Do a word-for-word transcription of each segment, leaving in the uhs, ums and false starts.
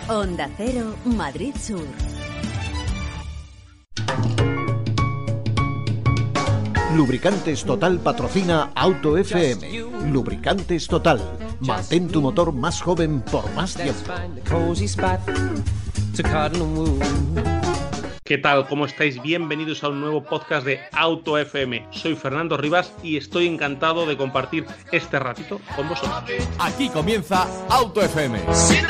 Onda Cero, Madrid Sur. Lubricantes Total patrocina Auto F M. Lubricantes Total. Mantén tu motor más joven por más tiempo. ¿Qué tal? ¿Cómo estáis? Bienvenidos a un nuevo podcast de Auto F M. Soy Fernando Rivas y estoy encantado de compartir este ratito con vosotros. Aquí comienza Auto F M.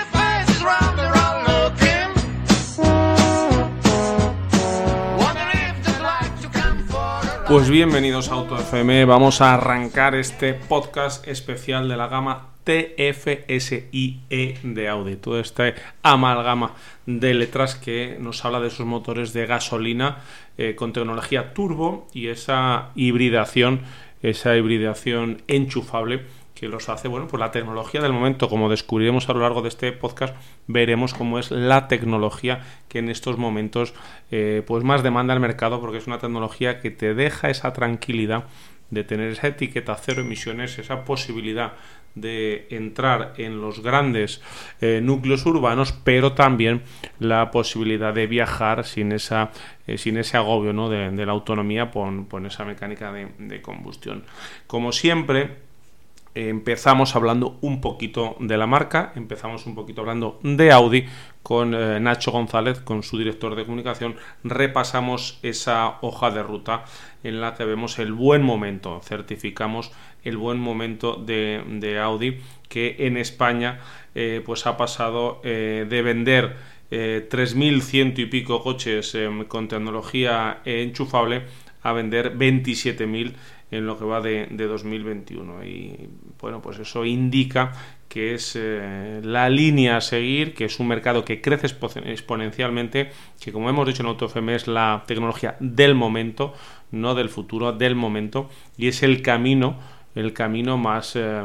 Pues bienvenidos a Auto F M. Vamos a arrancar este podcast especial de la gama T F S I E de Audi. Toda esta amalgama de letras que nos habla de sus motores de gasolina eh, con tecnología turbo y esa hibridación, esa hibridación enchufable que los hace, bueno, pues la tecnología del momento. Como descubriremos a lo largo de este podcast, veremos cómo es la tecnología que en estos momentos eh, pues más demanda el mercado, porque es una tecnología que te deja esa tranquilidad de tener esa etiqueta cero emisiones, esa posibilidad de entrar en los grandes eh, núcleos urbanos, pero también la posibilidad de viajar sin esa eh, sin ese agobio, ¿no?, de, de la autonomía con, con esa mecánica de, de combustión. Como siempre, empezamos hablando un poquito de la marca, empezamos un poquito hablando de Audi con eh, Nacho González, con su director de comunicación. Repasamos esa hoja de ruta en la que vemos el buen momento, certificamos el buen momento de, de Audi, que en España eh, pues ha pasado eh, de vender eh, tres mil ciento y pico coches eh, con tecnología eh, enchufable a vender veintisiete mil en lo que va de, de dos mil veintiuno, y bueno, pues eso indica que es eh, la línea a seguir, que es un mercado que crece exponencialmente, que, como hemos dicho en Auto F M, es la tecnología del momento, no del futuro, del momento, y es el camino el camino más eh,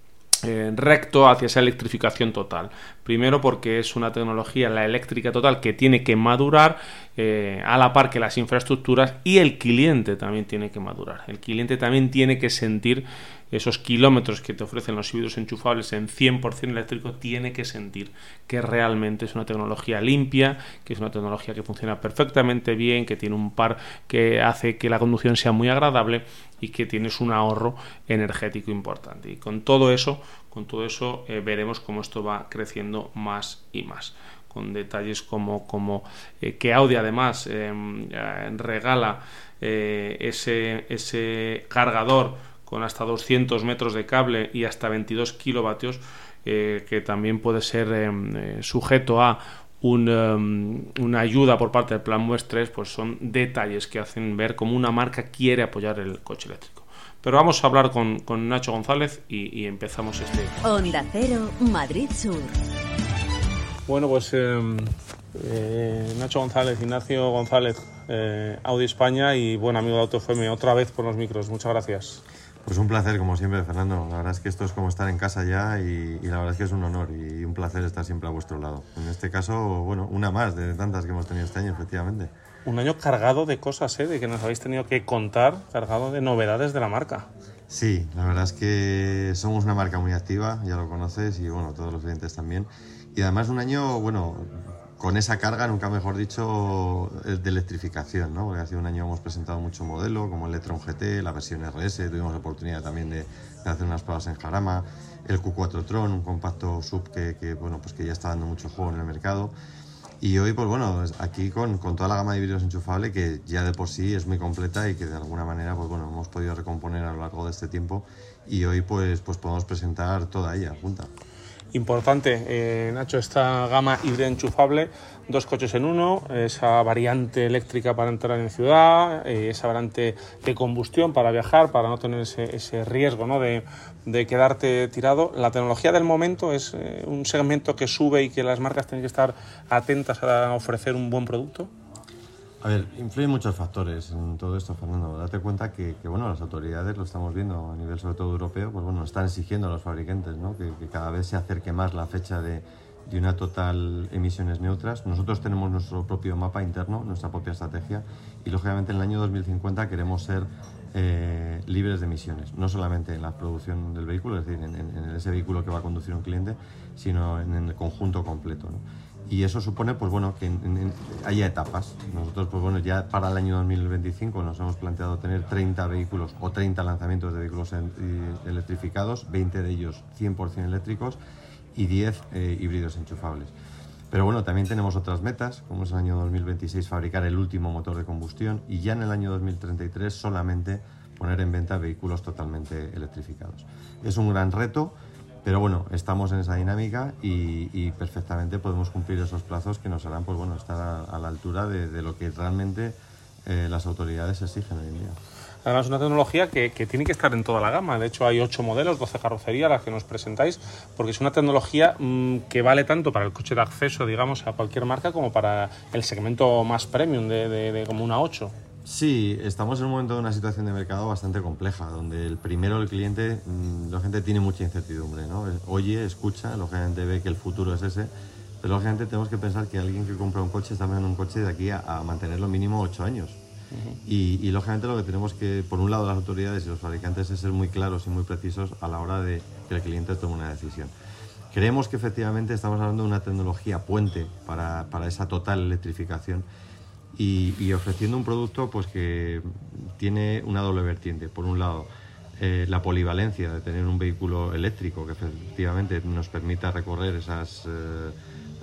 eh, recto hacia esa electrificación total. Primero porque es una tecnología, la eléctrica total, que tiene que madurar eh, a la par que las infraestructuras, y el cliente también tiene que madurar. El cliente también tiene que sentir esos kilómetros que te ofrecen los híbridos enchufables en cien por ciento eléctrico, tiene que sentir que realmente es una tecnología limpia, que es una tecnología que funciona perfectamente bien, que tiene un par que hace que la conducción sea muy agradable y que tienes un ahorro energético importante. Y con todo eso, con todo eso eh, veremos cómo esto va creciendo más y más, con detalles como, como eh, que Audi además eh, regala eh, ese, ese cargador con hasta doscientos metros de cable y hasta veintidós kilovatios, eh, que también puede ser eh, sujeto a un, um, una ayuda por parte del Plan MOVES tres. Pues son detalles que hacen ver cómo una marca quiere apoyar el coche eléctrico. Pero vamos a hablar con, con Nacho González y, y empezamos este. Onda Cero, Madrid Sur. Bueno, pues eh, eh, Nacho González, Ignacio González, eh, Audi España y buen amigo de Auto F M, otra vez por los micros. Muchas gracias. Pues un placer, como siempre, Fernando. La verdad es que esto es como estar en casa ya y, y la verdad es que es un honor y un placer estar siempre a vuestro lado. En este caso, bueno, una más de tantas que hemos tenido este año, efectivamente. Un año cargado de cosas, ¿eh? De que nos habéis tenido que contar, cargado de novedades de la marca. Sí, la verdad es que somos una marca muy activa, ya lo conoces, y bueno, todos los clientes también. Y además un año, bueno, con esa carga, nunca mejor dicho, de electrificación, ¿no? Porque hace un año hemos presentado mucho modelo, como el e-tron G T, la versión R S, tuvimos la oportunidad también de, de hacer unas pruebas en Jarama, el Q cuatro Tron, un compacto sub que, que, bueno, pues que ya está dando mucho juego en el mercado. Y hoy, pues bueno, aquí con, con toda la gama de híbridos enchufable, que ya de por sí es muy completa y que de alguna manera, pues bueno, hemos podido recomponer a lo largo de este tiempo, y hoy pues, pues podemos presentar toda ella junta. Importante, eh, Nacho, esta gama híbrida enchufable, dos coches en uno, esa variante eléctrica para entrar en ciudad, eh, esa variante de combustión para viajar, para no tener ese, ese riesgo, ¿no?, de, de quedarte tirado. La tecnología del momento es eh, un segmento que sube y que las marcas tienen que estar atentas a ofrecer un buen producto. A ver, influyen muchos factores en todo esto, Fernando. Date cuenta que, que bueno, las autoridades, lo estamos viendo a nivel sobre todo europeo, pues bueno, están exigiendo a los fabricantes, ¿no?, que, que cada vez se acerque más la fecha de, de una total emisiones neutras. Nosotros tenemos nuestro propio mapa interno, nuestra propia estrategia, y lógicamente en el año dos mil cincuenta queremos ser eh, libres de emisiones, no solamente en la producción del vehículo, es decir, en, en, en ese vehículo que va a conducir un cliente, sino en, en el conjunto completo, ¿no? Y eso supone, pues bueno, que en, en, haya etapas. Nosotros, pues bueno, ya para el año dos mil veinticinco nos hemos planteado tener treinta vehículos o treinta lanzamientos de vehículos en, y, electrificados, veinte de ellos cien por ciento eléctricos y diez eh, híbridos enchufables. Pero bueno, también tenemos otras metas, como es el año dos mil veintiséis fabricar el último motor de combustión y ya en el año dos mil treinta y tres solamente poner en venta vehículos totalmente electrificados. Es un gran reto. Pero bueno, estamos en esa dinámica y, y perfectamente podemos cumplir esos plazos que nos harán, pues bueno, estar a, a la altura de, de lo que realmente eh, las autoridades exigen hoy en día. Además, es una tecnología que, que tiene que estar en toda la gama. De hecho, hay ocho modelos, doce carrocerías las que nos presentáis, porque es una tecnología mmm, que vale tanto para el coche de acceso, digamos, a cualquier marca, como para el segmento más premium de, de, de como una ocho. Sí, estamos en un momento de una situación de mercado bastante compleja, donde el primero, el cliente, la gente tiene mucha incertidumbre, ¿no? Oye, escucha, lógicamente ve que el futuro es ese, pero lógicamente tenemos que pensar que alguien que compra un coche está en un coche de aquí a, a mantenerlo mínimo ocho años. Uh-huh. Y, y lógicamente lo que tenemos que, por un lado las autoridades y los fabricantes, es ser muy claros y muy precisos a la hora de que el cliente tome una decisión. Creemos que efectivamente estamos hablando de una tecnología puente para, para esa total electrificación. Y, y ofreciendo un producto pues que tiene una doble vertiente. Por un lado, eh, la polivalencia de tener un vehículo eléctrico que efectivamente nos permita recorrer esas, eh,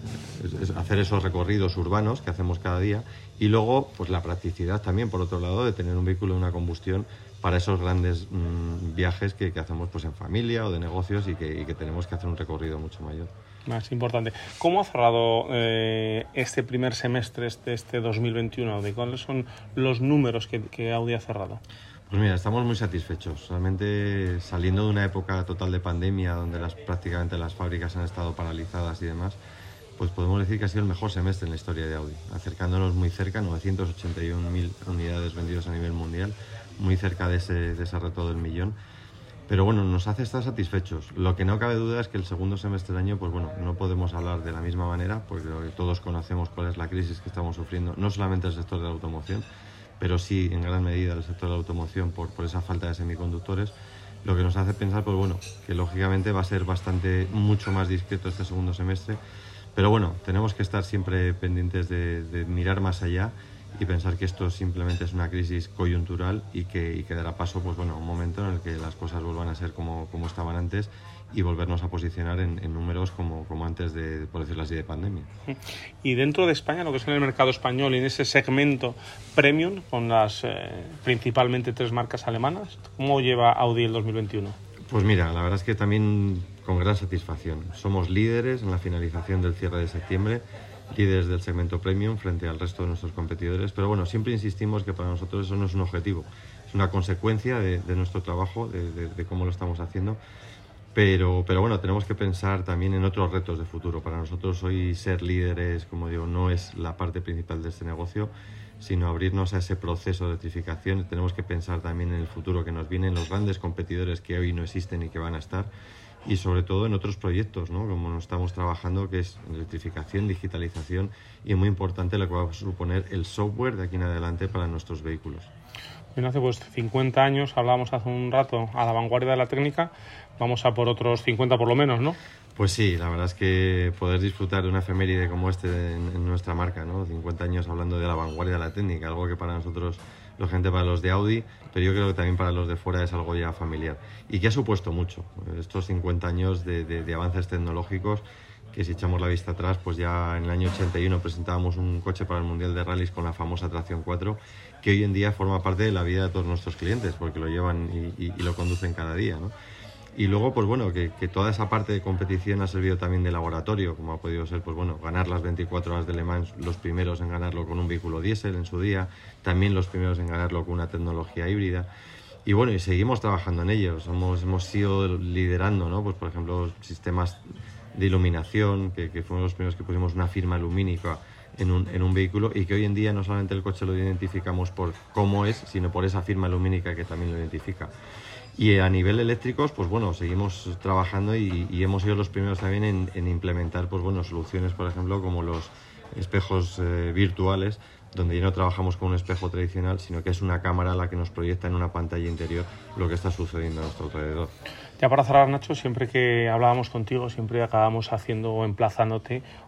es, hacer esos recorridos urbanos que hacemos cada día, y luego pues la practicidad también, por otro lado, de tener un vehículo de una combustión para esos grandes mmm, viajes que, que hacemos pues en familia o de negocios y que, y que tenemos que hacer un recorrido mucho mayor. Más importante. ¿Cómo ha cerrado eh, este primer semestre de este, este dos mil veintiuno Audi? ¿Cuáles son los números que, que Audi ha cerrado? Pues mira, estamos muy satisfechos. Realmente saliendo de una época total de pandemia donde las, prácticamente las fábricas han estado paralizadas y demás, pues podemos decir que ha sido el mejor semestre en la historia de Audi, acercándonos muy cerca, novecientas ochenta y una mil unidades vendidas a nivel mundial, muy cerca de ese, de ese reto del millón. Pero bueno, nos hace estar satisfechos. Lo que no cabe duda es que el segundo semestre del año, pues bueno, no podemos hablar de la misma manera, porque todos conocemos cuál es la crisis que estamos sufriendo, no solamente el sector de la automoción, pero sí en gran medida el sector de la automoción por, por esa falta de semiconductores, lo que nos hace pensar, pues bueno, que lógicamente va a ser bastante, mucho más discreto este segundo semestre, pero bueno, tenemos que estar siempre pendientes de, de mirar más allá y pensar que esto simplemente es una crisis coyuntural y que, y que dará paso, pues bueno, a un momento en el que las cosas vuelvan a ser como, como estaban antes y volvernos a posicionar en, en números como, como antes de, por decirlo así, de pandemia. Y dentro de España, lo que es en el mercado español y en ese segmento premium, con las eh, principalmente tres marcas alemanas, ¿cómo lleva Audi el dos mil veintiuno? Pues mira, la verdad es que también con gran satisfacción. Somos líderes en la finalización del cierre de septiembre, líderes del segmento premium frente al resto de nuestros competidores, pero bueno, siempre insistimos que para nosotros eso no es un objetivo, es una consecuencia de, de nuestro trabajo, de, de, de cómo lo estamos haciendo, pero, pero bueno, tenemos que pensar también en otros retos de futuro. Para nosotros hoy ser líderes, como digo, no es la parte principal de este negocio, sino abrirnos a ese proceso de electrificación. Tenemos que pensar también en el futuro que nos viene, en los grandes competidores que hoy no existen y que van a estar, y sobre todo en otros proyectos, ¿no? Como nos estamos trabajando, que es electrificación, digitalización y muy importante lo que va a suponer el software de aquí en adelante para nuestros vehículos. Bien, hace pues cincuenta años, hablábamos hace un rato, a la vanguardia de la técnica, vamos a por otros cincuenta por lo menos, ¿no? Pues sí, la verdad es que poder disfrutar de una efeméride como este en, en nuestra marca, ¿no? cincuenta años hablando de la vanguardia de la técnica, algo que para nosotros, lógicamente para los de Audi, pero yo creo que también para los de fuera es algo ya familiar y que ha supuesto mucho. Estos cincuenta años de, de, de avances tecnológicos, que si echamos la vista atrás, pues ya en el año ochenta y uno presentábamos un coche para el Mundial de Rallys con la famosa tracción cuatro, que hoy en día forma parte de la vida de todos nuestros clientes, porque lo llevan y, y, y lo conducen cada día, ¿no? Y luego, pues bueno, que, que toda esa parte de competición ha servido también de laboratorio, como ha podido ser, pues bueno, ganar las veinticuatro horas de Le Mans, los primeros en ganarlo con un vehículo diésel en su día, también los primeros en ganarlo con una tecnología híbrida. Y bueno, y seguimos trabajando en ello. Hemos, hemos sido liderando, ¿no? Pues por ejemplo, sistemas de iluminación, que, que fuimos los primeros que pusimos una firma lumínica en un, en un vehículo, y que hoy en día no solamente el coche lo identificamos por cómo es, sino por esa firma lumínica que también lo identifica. Y a nivel eléctricos, pues bueno, seguimos trabajando y, y hemos sido los primeros también en, en implementar, pues bueno, soluciones, por ejemplo, como los espejos eh, virtuales, donde ya no trabajamos con un espejo tradicional, sino que es una cámara la que nos proyecta en una pantalla interior lo que está sucediendo a nuestro alrededor. Ya para cerrar, Nacho, siempre que hablábamos contigo, siempre acabamos haciendo o emplazándote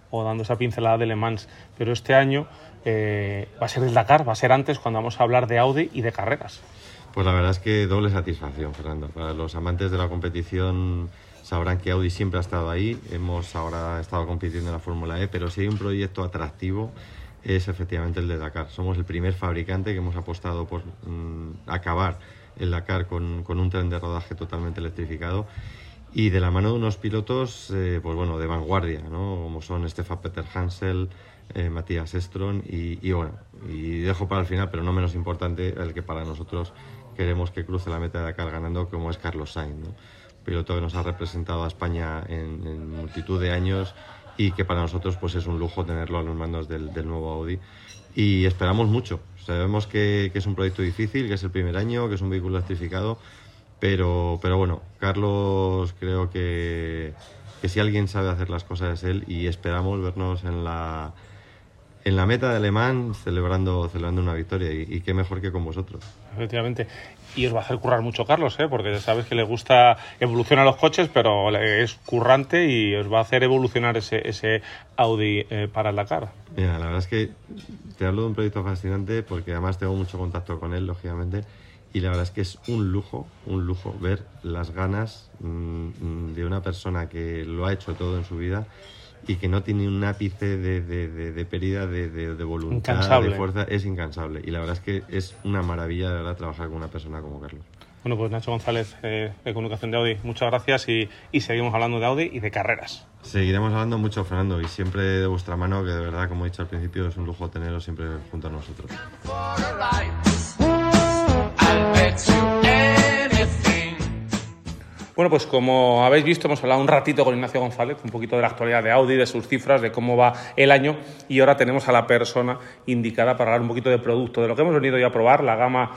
o dando esa pincelada de Le Mans. Pero este año eh, va a ser el Dakar, va a ser antes cuando vamos a hablar de Audi y de carreras. Pues la verdad es que doble satisfacción, Fernando. Para los amantes de la competición sabrán que Audi siempre ha estado ahí. Hemos ahora estado compitiendo en la Fórmula E, pero si hay un proyecto atractivo es efectivamente el de Dakar. Somos el primer fabricante que hemos apostado por mmm, acabar el Dakar con, con un tren de rodaje totalmente electrificado y de la mano de unos pilotos eh, pues bueno, de vanguardia, ¿no? Como son Stefan Peter Hansel, eh, Matías Estron y, y bueno, y dejo para el final, pero no menos importante, el que para nosotros queremos que cruce la meta de Dakar ganando, como es Carlos Sainz, ¿no? Piloto que nos ha representado a España en, en multitud de años y que para nosotros pues es un lujo tenerlo a los mandos del, del nuevo Audi y esperamos mucho. Sabemos que, que es un proyecto difícil, que es el primer año, que es un vehículo electrificado, pero, pero bueno, Carlos creo que, que si alguien sabe hacer las cosas es él y esperamos vernos en la, en la meta de Le Mans celebrando, celebrando una victoria y, y qué mejor que con vosotros. Efectivamente. Y os va a hacer currar mucho Carlos, ¿eh? Porque sabes que le gusta evolucionar los coches, pero es currante y os va a hacer evolucionar ese, ese Audi eh, para el Dakar. Mira, la verdad es que te hablo de un proyecto fascinante porque además tengo mucho contacto con él, lógicamente, y la verdad es que es un lujo, un lujo ver las ganas mmm, de una persona que lo ha hecho todo en su vida y que no tiene un ápice de, de, de, de pérdida de, de, de voluntad, incansable. De fuerza, es incansable. Y la verdad es que es una maravilla de verdad trabajar con una persona como Carlos. Bueno, pues Nacho González, eh, de Comunicación de Audi, muchas gracias y, y seguimos hablando de Audi y de carreras. Seguiremos hablando mucho, Fernando, y siempre de vuestra mano, que de verdad, como he dicho al principio, es un lujo teneros siempre junto a nosotros. Bueno, pues como habéis visto, hemos hablado un ratito con Ignacio González, un poquito de la actualidad de Audi, de sus cifras, de cómo va el año, y ahora tenemos a la persona indicada para hablar un poquito de producto, de lo que hemos venido ya a probar, la gama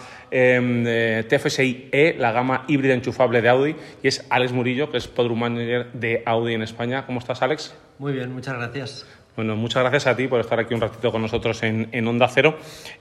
eh, T F S I E, la gama híbrida enchufable de Audi, y es Alex Murillo, que es Product Manager de Audi en España. ¿Cómo estás, Alex? Muy bien, muchas gracias. Bueno, muchas gracias a ti por estar aquí un ratito con nosotros en, en Onda Cero.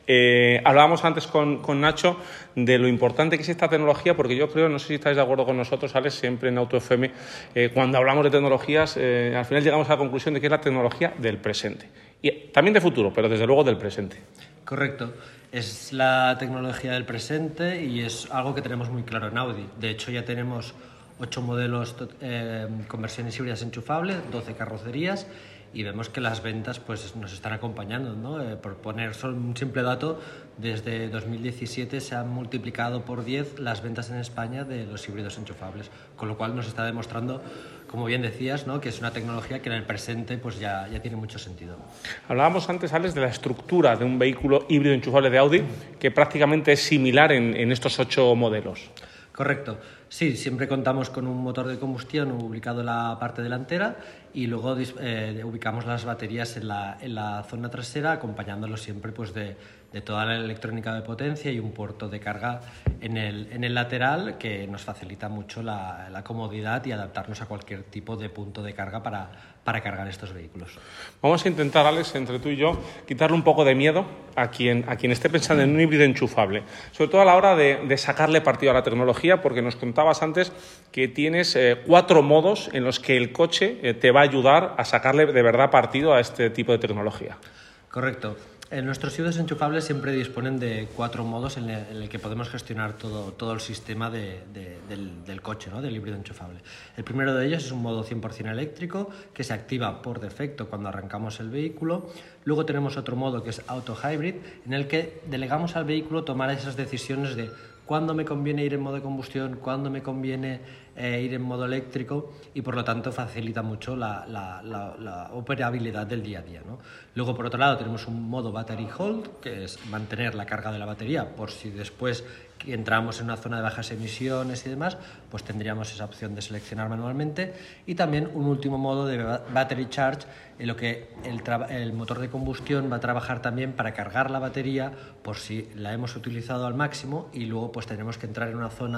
Eh, hablábamos antes con, con Nacho de lo importante que es esta tecnología, porque yo creo, no sé si estáis de acuerdo con nosotros, Alex, siempre en Auto F M, eh, cuando hablamos de tecnologías, eh, al final llegamos a la conclusión de que es la tecnología del presente. Y también de futuro, pero desde luego del presente. Correcto. Es la tecnología del presente y es algo que tenemos muy claro en Audi. De hecho, ya tenemos ocho modelos eh, con versiones híbridas enchufables, doce carrocerías, y vemos que las ventas pues nos están acompañando, ¿no? Eh, por poner solo un simple dato, desde dos mil diecisiete se han multiplicado por diez las ventas en España de los híbridos enchufables, con lo cual nos está demostrando, como bien decías, ¿no?, que es una tecnología que en el presente pues ya, ya tiene mucho sentido. Hablábamos antes, Alex, de la estructura de un vehículo híbrido enchufable de Audi, que prácticamente es similar en, en estos ocho modelos. Correcto. Sí, siempre contamos con un motor de combustión ubicado en la parte delantera y luego eh, ubicamos las baterías en la, en la zona trasera, acompañándolo siempre pues, de, de toda la electrónica de potencia y un puerto de carga en el, en el lateral que nos facilita mucho la, la comodidad y adaptarnos a cualquier tipo de punto de carga para, para cargar estos vehículos. Vamos a intentar, Alex, entre tú y yo, quitarle un poco de miedo a quien, a quien esté pensando en un híbrido enchufable, sobre todo a la hora de, de sacarle partido a la tecnología, porque nos contabas antes que tienes eh, cuatro modos en los que el coche eh, te va a ayudar a sacarle de verdad partido a este tipo de tecnología. Correcto. En nuestros híbridos enchufables siempre disponen de cuatro modos en el, en el que podemos gestionar todo, todo el sistema de, de, del, del coche, ¿no?, del híbrido enchufable. El primero de ellos es un modo cien por ciento eléctrico que se activa por defecto cuando arrancamos el vehículo. Luego tenemos otro modo que es Auto Hybrid, en el que delegamos al vehículo tomar esas decisiones de cuándo me conviene ir en modo de combustión, cuándo me conviene eh, ir en modo eléctrico, y por lo tanto facilita mucho la, la, la, la operabilidad del día a día, ¿no? Luego, por otro lado, tenemos un modo Battery Hold, que es mantener la carga de la batería por si después entramos en una zona de bajas emisiones y demás, pues tendríamos esa opción de seleccionar manualmente. Y también un último modo de Battery Charge, en lo que el, el motor de combustión va a trabajar también para cargar la batería por si la hemos utilizado al máximo y luego pues tenemos que entrar en una zona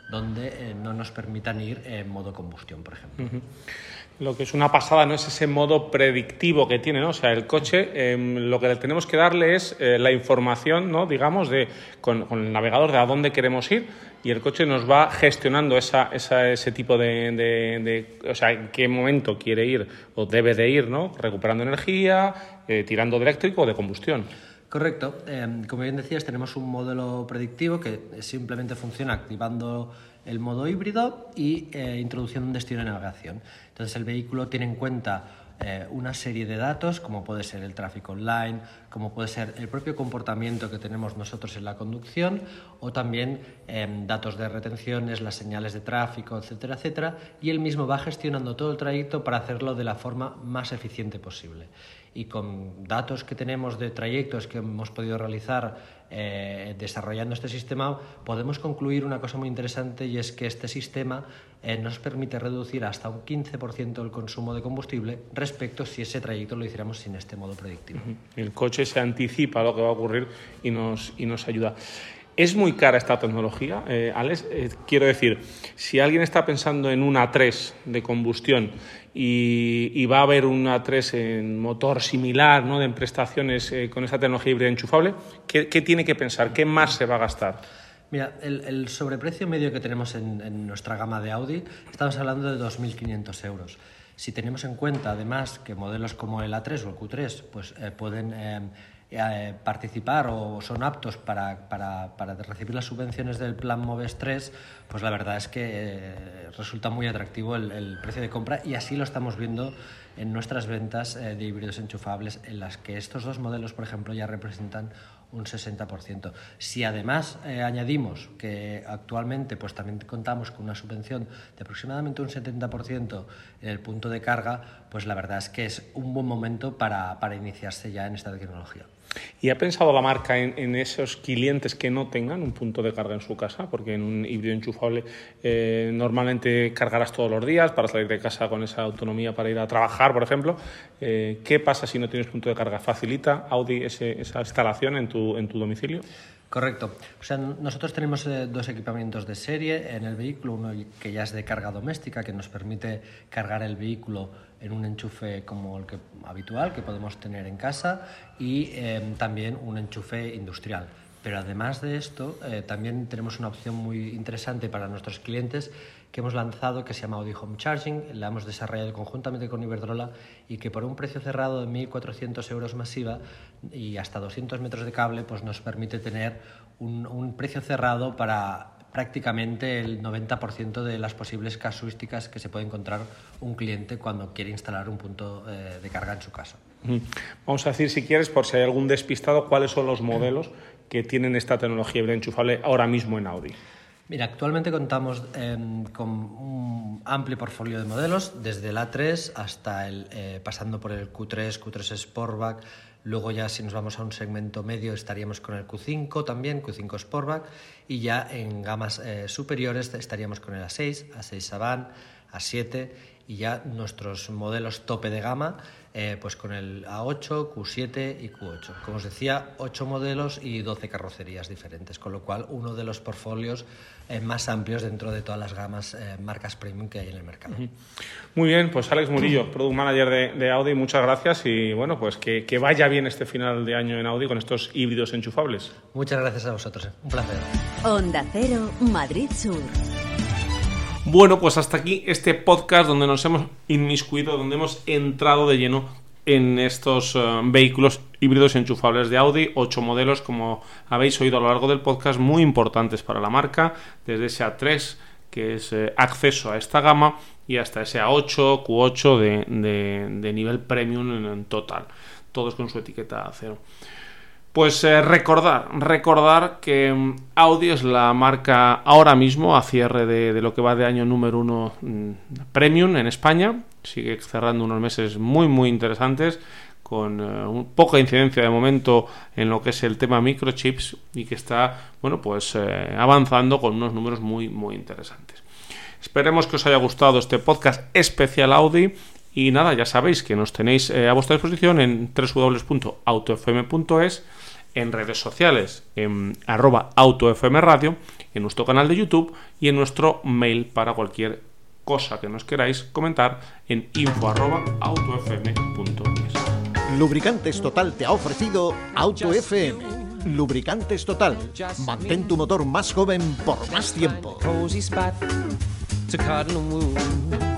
donde eh, no nos permitan ir en modo combustión, por ejemplo. Uh-huh. Lo que es una pasada, ¿no?, es ese modo predictivo que tiene, ¿no? O sea, el coche, eh, lo que le tenemos que darle es eh, la información, ¿no?, digamos, de con, con el navegador de a dónde queremos ir, y el coche nos va gestionando esa, esa, ese tipo de, de, de... O sea, en qué momento quiere ir o debe de ir, ¿no?, recuperando energía, eh, tirando de eléctrico o de combustión. Correcto. Eh, como bien decías, tenemos un modelo predictivo que simplemente funciona activando el modo híbrido y eh, introduciendo un destino de navegación. Entonces el vehículo tiene en cuenta eh, una serie de datos, como puede ser el tráfico online, como puede ser el propio comportamiento que tenemos nosotros en la conducción, o también eh, datos de retenciones, las señales de tráfico, etcétera, etcétera, y él mismo va gestionando todo el trayecto para hacerlo de la forma más eficiente posible. Y con datos que tenemos de trayectos que hemos podido realizar eh, desarrollando este sistema, podemos concluir una cosa muy interesante, y es que este sistema eh, nos permite reducir hasta un quince por ciento el consumo de combustible respecto si ese trayecto lo hiciéramos sin este modo predictivo. El coche se anticipa a lo que va a ocurrir y nos, y nos ayuda. ¿Es muy cara esta tecnología, eh, Alex? Eh, quiero decir, si alguien está pensando en un A tres de combustión y, y va a haber un A tres en motor similar, ¿no?, de prestaciones eh, con esta tecnología híbrida enchufable, ¿qué, ¿qué tiene que pensar? ¿Qué más se va a gastar? Mira, el, el sobreprecio medio que tenemos en, en nuestra gama de Audi, estamos hablando de dos mil quinientos euros. Si tenemos en cuenta, además, que modelos como el A tres o el Q tres pues, eh, pueden... Eh, Eh, participar o son aptos para, para, para recibir las subvenciones del plan MOVES tres, pues la verdad es que eh, resulta muy atractivo el, el precio de compra, y así lo estamos viendo en nuestras ventas eh, de híbridos enchufables, en las que estos dos modelos, por ejemplo, ya representan un sesenta por ciento. Si además eh, añadimos que actualmente pues también contamos con una subvención de aproximadamente un setenta por ciento en el punto de carga, pues la verdad es que es un buen momento para, para iniciarse ya en esta tecnología. ¿Y ha pensado la marca en, en esos clientes que no tengan un punto de carga en su casa? Porque en un híbrido enchufable eh, normalmente cargarás todos los días para salir de casa con esa autonomía para ir a trabajar, por ejemplo. Eh, ¿Qué pasa si no tienes punto de carga? ¿Facilita Audi ese, esa instalación en tu, en tu domicilio? Correcto. O sea, nosotros tenemos eh, dos equipamientos de serie en el vehículo, uno que ya es de carga doméstica, que nos permite cargar el vehículo en un enchufe como el que, habitual que podemos tener en casa, y eh, también un enchufe industrial. Pero además de esto, eh, también tenemos una opción muy interesante para nuestros clientes que hemos lanzado, que se llama Audi Home Charging. La hemos desarrollado conjuntamente con Iberdrola, y que por un precio cerrado de mil cuatrocientos euros masiva y hasta doscientos metros de cable, pues nos permite tener un, un precio cerrado para prácticamente el noventa por ciento de las posibles casuísticas que se puede encontrar un cliente cuando quiere instalar un punto eh, de carga en su casa. Vamos a decir, si quieres, por si hay algún despistado, cuáles son los modelos que tienen esta tecnología híbrida enchufable ahora mismo en Audi. Mira, actualmente contamos eh, con un amplio portfolio de modelos, desde el A tres hasta el, eh, pasando por el Q tres, Q tres Sportback. Luego ya, si nos vamos a un segmento medio, estaríamos con el Q cinco también, Q cinco Sportback, y ya en gamas eh, superiores estaríamos con el A seis, A seis Avant, A siete, y ya nuestros modelos tope de gama, eh, pues con el A ocho, Q siete y Q ocho. Como os decía, ocho modelos y doce carrocerías diferentes, con lo cual uno de los portfolios eh, más amplios dentro de todas las gamas eh, marcas premium que hay en el mercado. Muy bien, pues Alex Murillo, Product Manager de, de Audi, muchas gracias, y bueno, pues que, que vaya bien este final de año en Audi con estos híbridos enchufables. Muchas gracias a vosotros, eh. Un placer. Onda Cero, Madrid Sur. Bueno, pues hasta aquí este podcast donde nos hemos inmiscuido, donde hemos entrado de lleno en estos uh, vehículos híbridos enchufables de Audi, ocho modelos, como habéis oído a lo largo del podcast, muy importantes para la marca, desde ese A tres, que es eh, acceso a esta gama, y hasta ese A ocho, Q ocho de, de, de nivel premium en, en total, todos con su etiqueta A cero. Pues eh, recordar, recordar que um, Audi es la marca ahora mismo a cierre de, de lo que va de año número uno mm, premium en España. Sigue cerrando unos meses muy muy interesantes, con uh, poca incidencia de momento en lo que es el tema microchips, y que está, bueno, pues eh, avanzando con unos números muy muy interesantes. Esperemos que os haya gustado este podcast especial Audi. Y nada, ya sabéis que nos tenéis eh, a vuestra disposición en doble u doble u doble u punto autofm punto es, en redes sociales, en arroba autofmradio, en nuestro canal de YouTube y en nuestro mail para cualquier cosa que nos queráis comentar en info arroba autofm punto es. Lubricantes Total te ha ofrecido Auto F M. Lubricantes Total. Mantén tu motor más joven por más tiempo. Cozy spot to cuddle and woo.